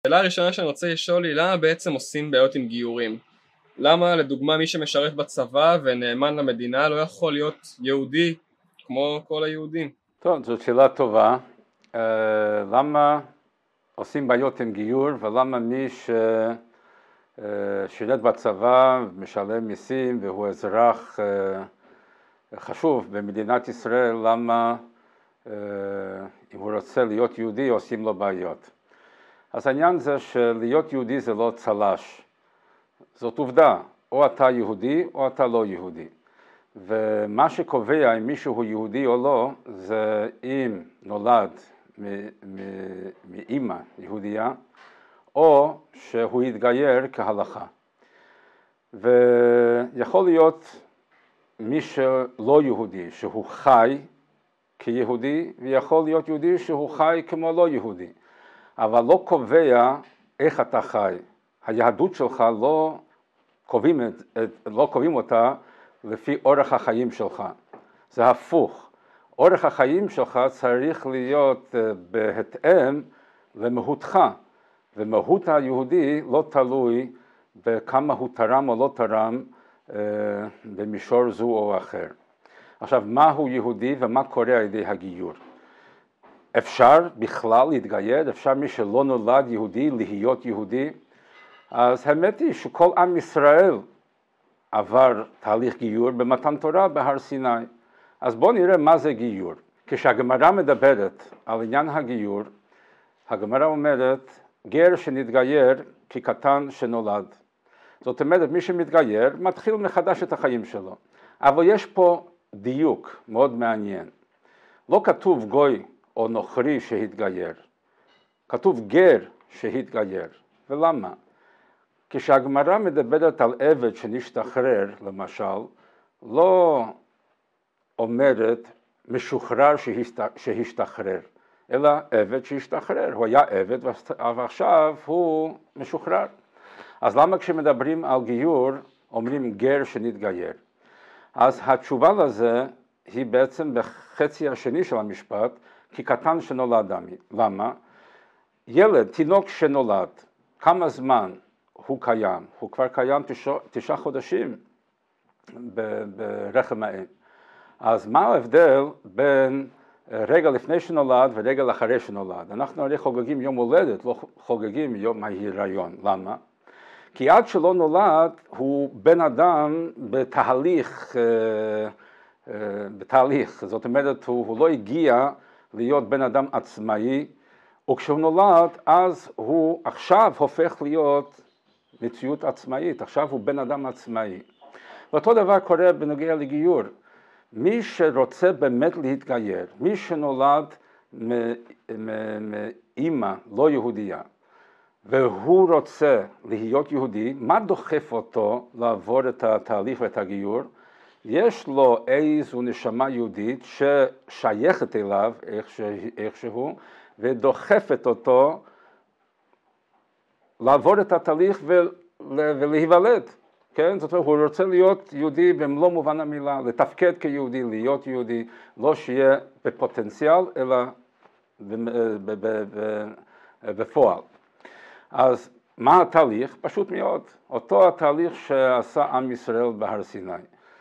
השאלה הראשונה שאני רוצה לשאול היא, למה בעצם עושים בעיות עם גיורים? למה לדוגמה מי שמשרת בצבא ונאמן למדינה לא יכול להיות יהודי כמו כל היהודים? טוב, זאת שאלה טובה. למה עושים בעיות עם גיור, ולמה מי ששירת בצבא, משלם מיסים והוא אזרח חשוב במדינת ישראל, למה אם הוא רוצה להיות יהודי עושים לו בעיות? אז העניין זה שלהיות יהודי זה לא צל"ש, זאת עובדה, או אתה יהודי או אתה לא יהודי. ומה שקובע אם מישהו הוא יהודי או לא, זה אם נולד מאמא יהודייה, או שהוא יתגייר כהלכה. ויכול להיות מי שלא יהודי, שהוא חי כיהודי, ויכול להיות יהודי שהוא חי כמו לא יהודי. אבל לא קובע איך אתה חי. היהדות שלך לא קובעים אותה לפי אורח החיים שלך. זה הפוך. אורח החיים שלך צריך להיות בהתאם למהותך. ומהות היהודי לא תלוי בכמה הוא תרם או לא תרם במישור זו או אחר. עכשיו, מהו יהודי ומה קורה על ידי הגיור? אפשר בכלל להתגייר? אפשר מי שלא נולד יהודי להיות יהודי? אז האמת היא שכל עם ישראל עבר תהליך גיור במתן תורה בהר סיני. אז בואו נראה מה זה גיור. כשהגמרא מדברת על עניין הגיור, הגמרא אומרת, גר שנתגייר כקטן שנולד. זאת אומרת, מי שמתגייר מתחיל מחדש את החיים שלו. אבל יש פה דיוק מאוד מעניין. לא כתוב גוי או נוכרי שהתגייר. כתוב גר שהתגייר. ולמה? כשהגמרא מדברת על עבד שנשתחרר, למשל, לא אומרת משוחרר שהשתחרר, אלא עבד שהשתחרר. הוא היה עבד ועכשיו הוא משוחרר. אז למה כשמדברים על גיור אומרים גר שנתגייר? אז התשובה לזה היא בעצם בחצי השני של המשפט, כי קטן שנולד עמי. למה? ילד, תינוק שנולד, כמה זמן הוא קיים? הוא כבר קיים 9 חודשים ברחם האם. אז מה ההבדל בין רגע לפני שנולד ורגע אחרי שנולד? אנחנו הרי חוגגים יום הולדת, לא חוגגים יום ההיריון. למה? כי עד שלא נולד הוא בן אדם בתהליך. זאת אומרת, הוא לא הגיע להיות בן אדם עצמאי, וכשהוא נולד, אז הוא עכשיו הופך להיות מציאות עצמאית. עכשיו הוא בן אדם עצמאי. ואותו דבר קורה בנוגע לגיור. מי שרוצה באמת להתגייר, מי שנולד מאמא לא יהודייה, והוא רוצה להיות יהודי, מה דוחף אותו לעבור את התהליך ואת הגיור? יש לו איזו נשמה יהודית ששייכת אליו איכשהו, ודוחפת אותו לעבור את התהליך ולהיוולד. כן? זאת אומרת, הוא רוצה להיות יהודי במלוא מובן המילה, לתפקד כיהודי, להיות יהודי, לא שיהיה בפוטנציאל, אלא בפועל. אז מה התהליך? פשוט מאוד. אותו התהליך שעשה עם ישראל בהר סיני.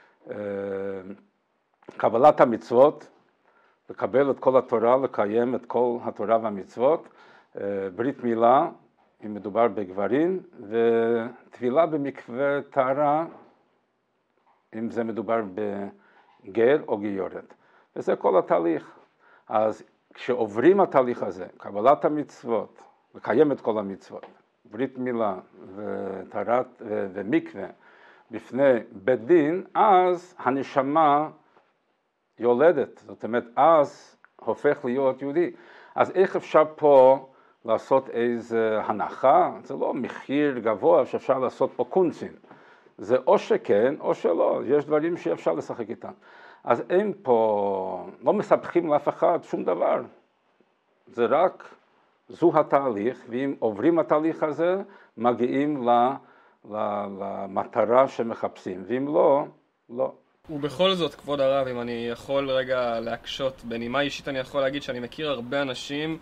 קבלת המצוות, לקבל את כל התורה, לקיים את כל התורה והמצוות, ברית מילה, אם מדובר בגברים, וטבילה במקווה טהרה, אם זה מדובר בגר או גיורת. וזה כל התהליך. אז כשעוברים התהליך הזה, קבלת המצוות, לקיים את כל המצוות, ברית מילה וטהרת ומקווה בפני בית דין, אז הנשמה יולדת. זאת אומרת, אז הופך להיות יהודי. אז איך אפשר פה לעשות איזו הנחה? זה לא מחיר גבוה שאפשר לעשות פה קונצים. זה או שכן או שלא. יש דברים שאפשר לשחק איתם. אז אין פה, לא מספחים לאף אחד שום דבר. זה רק, זו התהליך, ואם עוברים התהליך הזה, מגיעים למטרה שמחפשים, ואם לא, לא. ובכל זאת, כבוד הרב, אם אני יכול רגע להקשות בנימה אישית, אני יכול להגיד שאני מכיר הרבה אנשים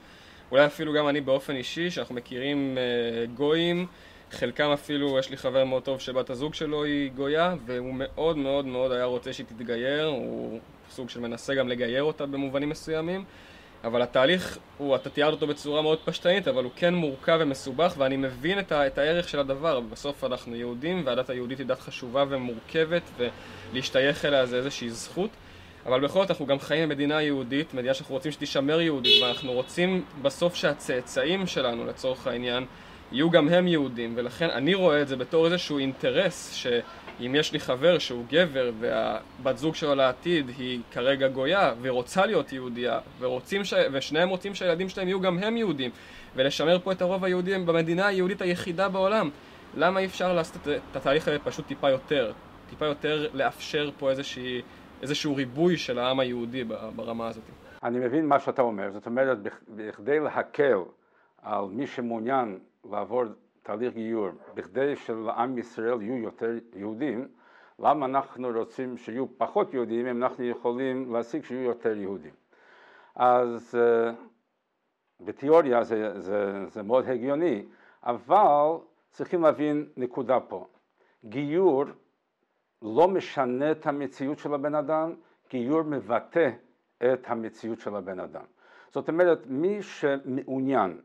אולי אפילו גם אני באופן אישי, שאנחנו מכירים גויים, חלקם אפילו, יש לי חבר מאוד טוב שבת הזוג שלו היא גויה, והוא מאוד מאוד מאוד היה רוצה שהיא תתגייר, הוא סוג של מנסה גם לגייר אותה במובנים מסוימים, אבל התהליך, אתה תיארת אותו בצורה מאוד פשטנית, אבל הוא כן מורכב ומסובך, ואני מבין את הערך של הדבר. בסוף אנחנו יהודים, והדת היהודית היא דת חשובה ומורכבת, ולהשתייך אליה זה איזושהי זכות. אבל בכל זאת אנחנו גם חיים במדינה יהודית, מדינה שאנחנו רוצים שתישמר יהודית, ואנחנו רוצים בסוף שהצאצאים שלנו, לצורך העניין, יהיו גם הם יהודים, ולכן אני רואה את זה בתור איזשהו אינטרס, שאם יש לי חבר שהוא גבר, והבת זוג שלו לעתיד היא כרגע גויה, ורוצה להיות יהודייה, ושניהם רוצים שהילדים שלהם יהיו גם הם יהודים, ולשמר פה את הרוב היהודי במדינה היהודית היחידה בעולם, למה אי אפשר לעשות את התהליך הזה פשוט טיפה יותר לאפשר פה איזשהו ריבוי של העם היהודי ברמה הזאת? אני מבין מה שאתה אומר, זאת אומרת, בכדי להקל על מי שמעוניין לעבור תהליך גיור, בכדי שלעם ישראל יהיו יותר יהודים, למה אנחנו רוצים שיהיו פחות יהודים אם אנחנו יכולים להשיג שיהיו יותר יהודים? אז בתיאוריה זה מאוד הגיוני, אבל צריכים להבין נקודה פה. גיור לא משנה את המציאות של הבן אדם, גיור מבטא את המציאות של הבן אדם. זאת אומרת, מי שמעוניין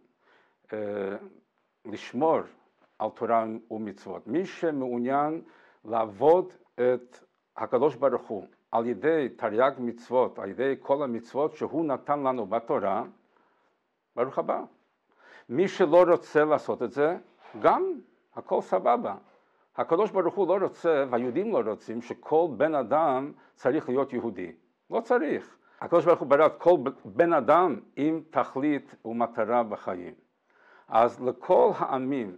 לשמור על תורה ומצוות, מי שמעוניין לעבוד את הקדוש ברוך הוא על ידי תרי"ג מצוות, על ידי כל המצוות שהוא נתן לנו בתורה, ברוך הבא. מי שלא רוצה לעשות את זה, גם הכל סבבה. הקדוש ברוך הוא לא רוצה, והיהודים לא רוצים, שכל בן אדם צריך להיות יהודי. לא צריך. הקדוש ברוך הוא ברא את כל בן אדם עם תכלית ומטרה בחיים. אז לכל העמים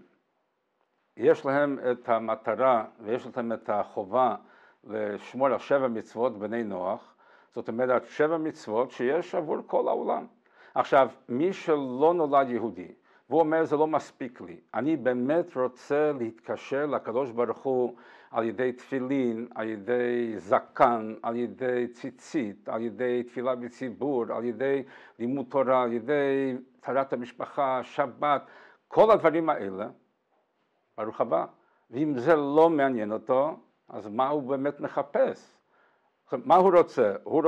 יש להם את המטרה ויש להם את החובה לשמור על 7 מצוות בני נוח. זאת אומרת 7 מצוות שיש עבור כל העולם. עכשיו, מי שלא נולד יהודי, והוא אומר זה לא מספיק לי, אני באמת רוצה להתקשר לקדוש ברוך הוא על ידי תפילין, על ידי זקן, על ידי ציצית, על ידי תפילה בציבור, על ידי לימוד תורה, על ידי טהרת המשפחה, שבת, כל הדברים האלה, ברוך הבא. ואם זה לא מעניין אותו, אז מה הוא באמת מחפש? מה הוא רוצה? הוא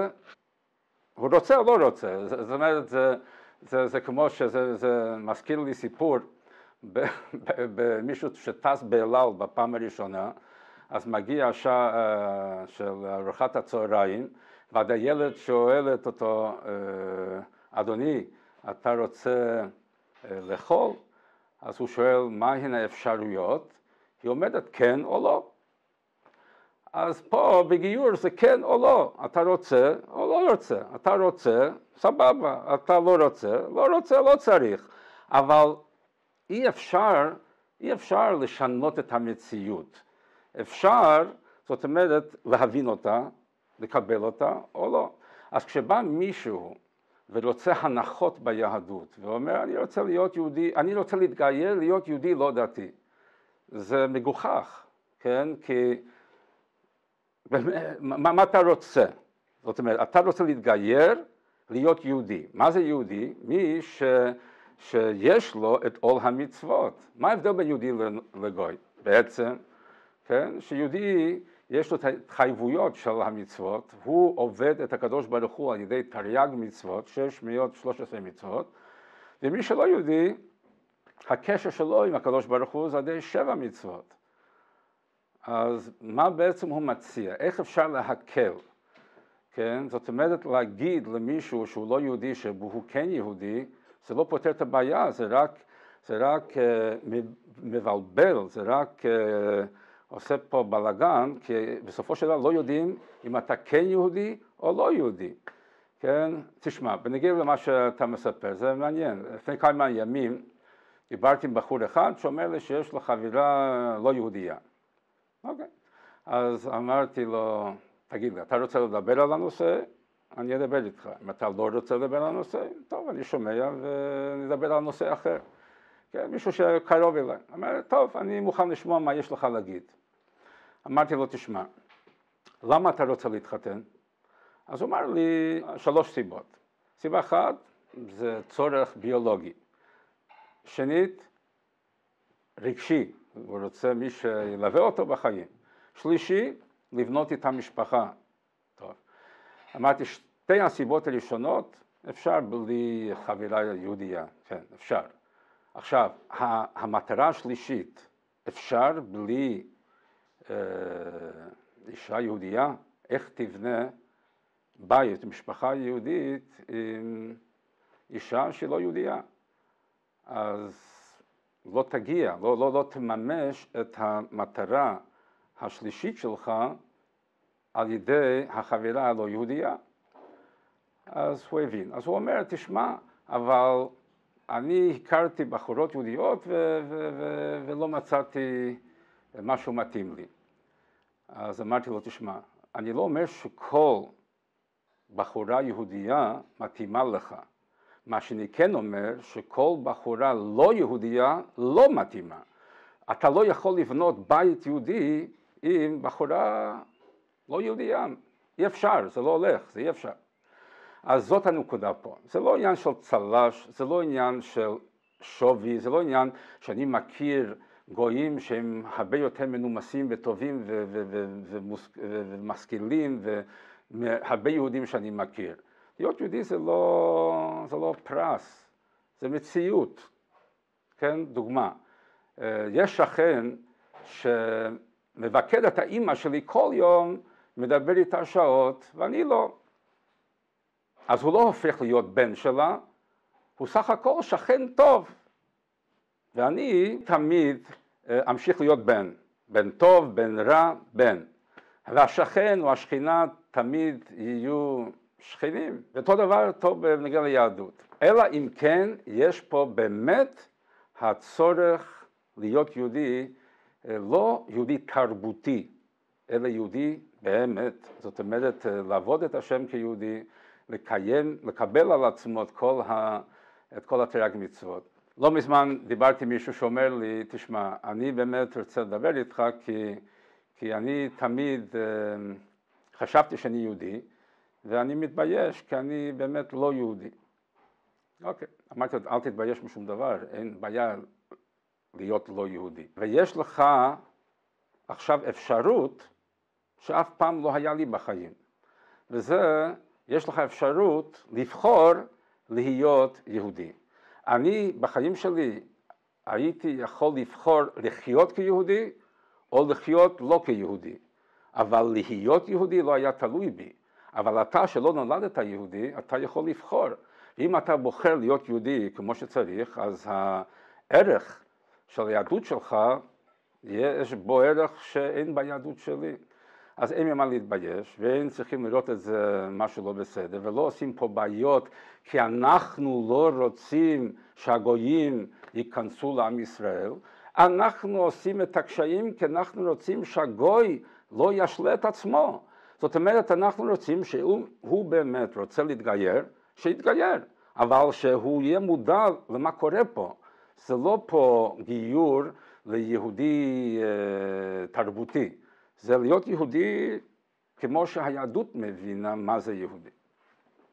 רוצה או לא רוצה? זאת אומרת, זה כמו שזה מזכיר לי סיפור במישהו שטס באל על בפעם הראשונה, אז מגיע השעה של ארוחת הצהריים, והילד שואלת אותו, אדוני, אתה רוצה לאכול? אז הוא שואל, מהן האפשרויות? היא אומרת כן או לא. אז פה בגיור זה כן או לא, אתה רוצה או לא רוצה, אתה רוצה, סבבה, אתה לא רוצה, לא צריך, אבל אי אפשר לשנות את המציאות, אפשר, זאת אומרת, להבין אותה, לקבל אותה או לא. אז כשבא מישהו ורוצה הנחות ביהדות, ואומר, אני רוצה להיות יהודי, אני רוצה להתגייר, להיות יהודי לא דתי, זה מגוחך, כן? כי מה אתה רוצה? זאת אומרת, אתה רוצה להתגייר, להיות יהודי. מה זה יהודי? מי שיש לו את עול המצוות. מה ההבדל בין יהודי לגוי? בעצם, כן? שיהודי יש לו את ההתחייבויות של המצוות, הוא עובד את הקדוש ברוך הוא על ידי תרי"ג מצוות, 613 מצוות, ומי שלא יהודי, הקשר שלו עם הקדוש ברוך הוא זה על ידי 7 מצוות. אז מה בעצם הוא מציע? איך אפשר להקל? כן? זאת אומרת, להגיד למישהו שהוא לא יהודי, שהוא כן יהודי, זה לא פותר את הבעיה, זה רק מבלבל, זה רק עושה פה בלגן, כי בסופו של דבר לא יודעים אם אתה כן יהודי או לא יהודי. כן? תשמע, בניגוד למה שאתה מספר, זה מעניין. לפני כמה ימים דיברתי עם בחור אחד שאומר לי שיש לו חברה לא יהודייה. אוקיי. אז אמרתי לו, תגיד לי, אתה רוצה לדבר על הנושא? אני אדבר איתך. אם אתה לא רוצה לדבר על הנושא, טוב, אני שומע ונדבר על נושא אחר. כן, מישהו שקרוב אליי. אמר, טוב, אני מוכן לשמוע מה יש לך להגיד. אמרתי לו, תשמע, למה אתה רוצה להתחתן? אז הוא אמר לי 3 סיבות. סיבה אחת, זה צורך ביולוגי. שנית, רגשי, הוא רוצה מי שילווה אותו בחיים. שלישי, לבנות איתה משפחה. טוב. אמרתי, שתי הסיבות הראשונות, אפשר בלי חבילה יהודייה, כן, אפשר. עכשיו, המטרה השלישית, אפשר בלי אישה יהודייה, איך תבנה בית, משפחה יהודית עם אישה שלא יהודייה. אז לא תגיע, לא תממש את המטרה השלישית שלך על ידי החבילה הלא יהודייה. אז הוא הבין. אז הוא אומר, תשמע, אבל אני הכרתי בחורות יהודיות ולא מצאתי משהו מתאים לי. אז אמרתי לו, תשמע, אני לא אומר שכל בחורה יהודייה מתאימה לך. מה שאני כן אומר, שכל בחורה לא יהודייה לא מתאימה. אתה לא יכול לבנות בית יהודי עם בחורה לא יהודייה. אי אפשר, זה לא הולך, זה אי אפשר. אז זאת הנקודה פה. זה לא עניין של צל"ש, זה לא עניין של שווי, זה לא עניין שאני מכיר גויים שהם הרבה יותר מנומסים וטובים ומשכילים והרבה יהודים שאני מכיר. להיות יהודי זה לא פרס, זה מציאות. כן, דוגמה. יש שכן שמבקר את האמא שלי כל יום, מדבר איתה שעות, ואני לא. אז הוא לא הופך להיות בן שלה, הוא סך הכל שכן טוב. ואני תמיד אמשיך להיות בן. בן טוב, בן רע, בן. והשכן או השכינה תמיד יהיו שכנים. ואותו דבר טוב בנוגע ליהדות. אלא אם כן יש פה באמת הצורך להיות יהודי, לא יהודי תרבותי, אלא יהודי באמת. זאת אומרת, לעבוד את השם כיהודי, לקבל על עצמו את כל התרי"ג מצוות. לא מזמן דיברתי עם מישהו שאומר לי, תשמע, אני באמת רוצה לדבר איתך כי אני תמיד חשבתי שאני יהודי, ואני מתבייש כי אני באמת לא יהודי. אוקיי, אמרתי, אל תתבייש משום דבר, אין בעיה להיות לא יהודי. ויש לך עכשיו אפשרות שאף פעם לא היה לי בחיים. וזה, יש לך אפשרות לבחור להיות יהודי. אני בחיים שלי הייתי יכול לבחור לחיות כיהודי או לחיות לא כיהודי. אבל להיות יהודי לא היה תלוי בי. אבל אתה שלא נולדת יהודי, אתה יכול לבחור. אם אתה בוחר להיות יהודי כמו שצריך, אז הערך של היהדות שלך, יש בו ערך שאין ביהדות שלי. אז אין ממה להתבייש, ואין צריכים לראות את זה משהו לא בסדר, ולא עושים פה בעיות, כי אנחנו לא רוצים שהגויים ייכנסו לעם ישראל, אנחנו עושים את הקשיים כי אנחנו רוצים שהגוי לא ישלה את עצמו. זאת אומרת, אנחנו רוצים שהוא באמת רוצה להתגייר, שיתגייר, אבל שהוא יהיה מודע למה קורה פה. זה לא פה גיור ליהודי תרבותי, זה להיות יהודי כמו שהיהדות מבינה מה זה יהודי.